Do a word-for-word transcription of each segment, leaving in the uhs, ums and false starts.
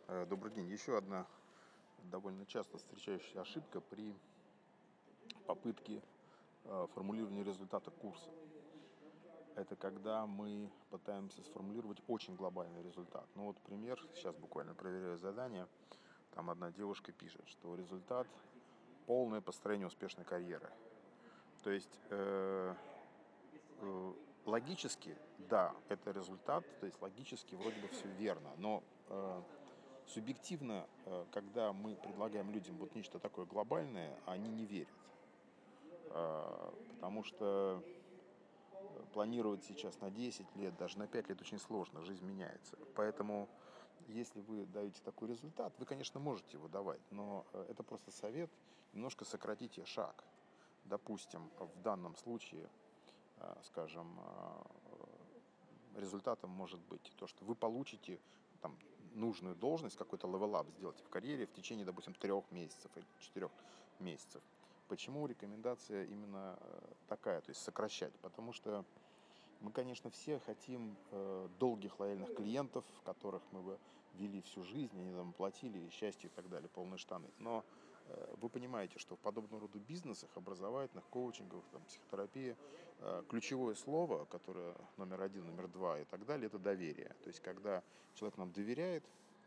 Э, Добрый день. Еще одна довольно часто встречающаяся ошибка при попытке э, формулирования результата курса. Это когда мы пытаемся сформулировать очень глобальный результат. Ну вот пример, сейчас буквально проверяю задание. Там одна девушка пишет, что результат — полное построение успешной карьеры. То есть э, э, логически, да, это результат, то есть логически вроде бы все верно, но э, субъективно, э, когда мы предлагаем людям вот нечто такое глобальное, они не верят. А, Потому что планировать сейчас на десять лет, даже на пять лет очень сложно, жизнь меняется. Поэтому, если вы даете такой результат, вы, конечно, можете его давать, но э, это просто совет, немножко сократите шаг. Допустим, в данном случае, э, скажем, э, результатом может быть то, что вы получите там нужную должность, какой-то левел-ап сделать в карьере в течение, допустим, трех месяцев или четырех месяцев. Почему рекомендация именно э, такая, то есть сокращать? Потому что мы, конечно, все хотим э, долгих лояльных клиентов, которых мы бы вели всю жизнь, они нам платили, и счастье и так далее, полные штаны. Но э, вы понимаете, что в подобного рода бизнесах, образовательных, коучинговых, там, психотерапии, э, ключевое слово, которое номер один, номер два и так далее, это доверие. То есть, когда человек нам доверяет,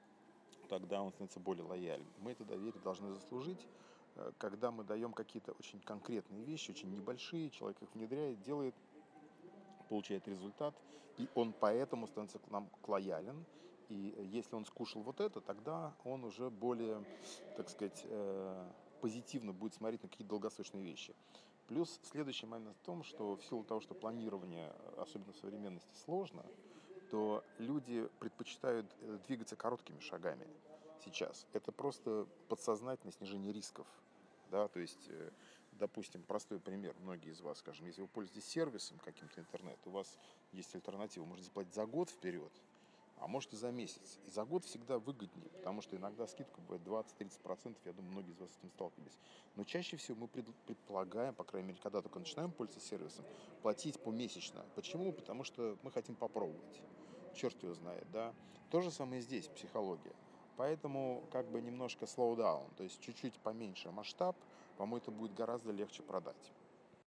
тогда он становится более лояльным. Мы это доверие должны заслужить, э, когда мы даем какие-то очень конкретные вещи, очень небольшие, человек их внедряет, делает, получает результат, и он поэтому становится к нам лоялен. И если он скушал вот это, тогда он уже более, так сказать, э, позитивно будет смотреть на какие-то долгосрочные вещи. Плюс следующий момент в том, что в силу того, что планирование, особенно в современности, сложно, то люди предпочитают э, двигаться короткими шагами сейчас. Это просто подсознательное снижение рисков. Да, то есть, э, допустим, простой пример. Многие из вас, скажем, если вы пользуетесь сервисом каким-то интернет, у вас есть альтернатива. Вы можете платить за год вперед, а можете за месяц. И за год всегда выгоднее, потому что иногда скидка бывает двадцать-тридцать процентов. Я думаю, многие из вас с этим сталкивались. Но чаще всего мы пред- предполагаем, по крайней мере, когда только начинаем пользоваться сервисом, платить помесячно. Почему? Потому что мы хотим попробовать. Черт его знает, да. То же самое здесь, психология. Поэтому как бы немножко slow down, то есть чуть-чуть поменьше масштаб, вам это будет гораздо легче продать.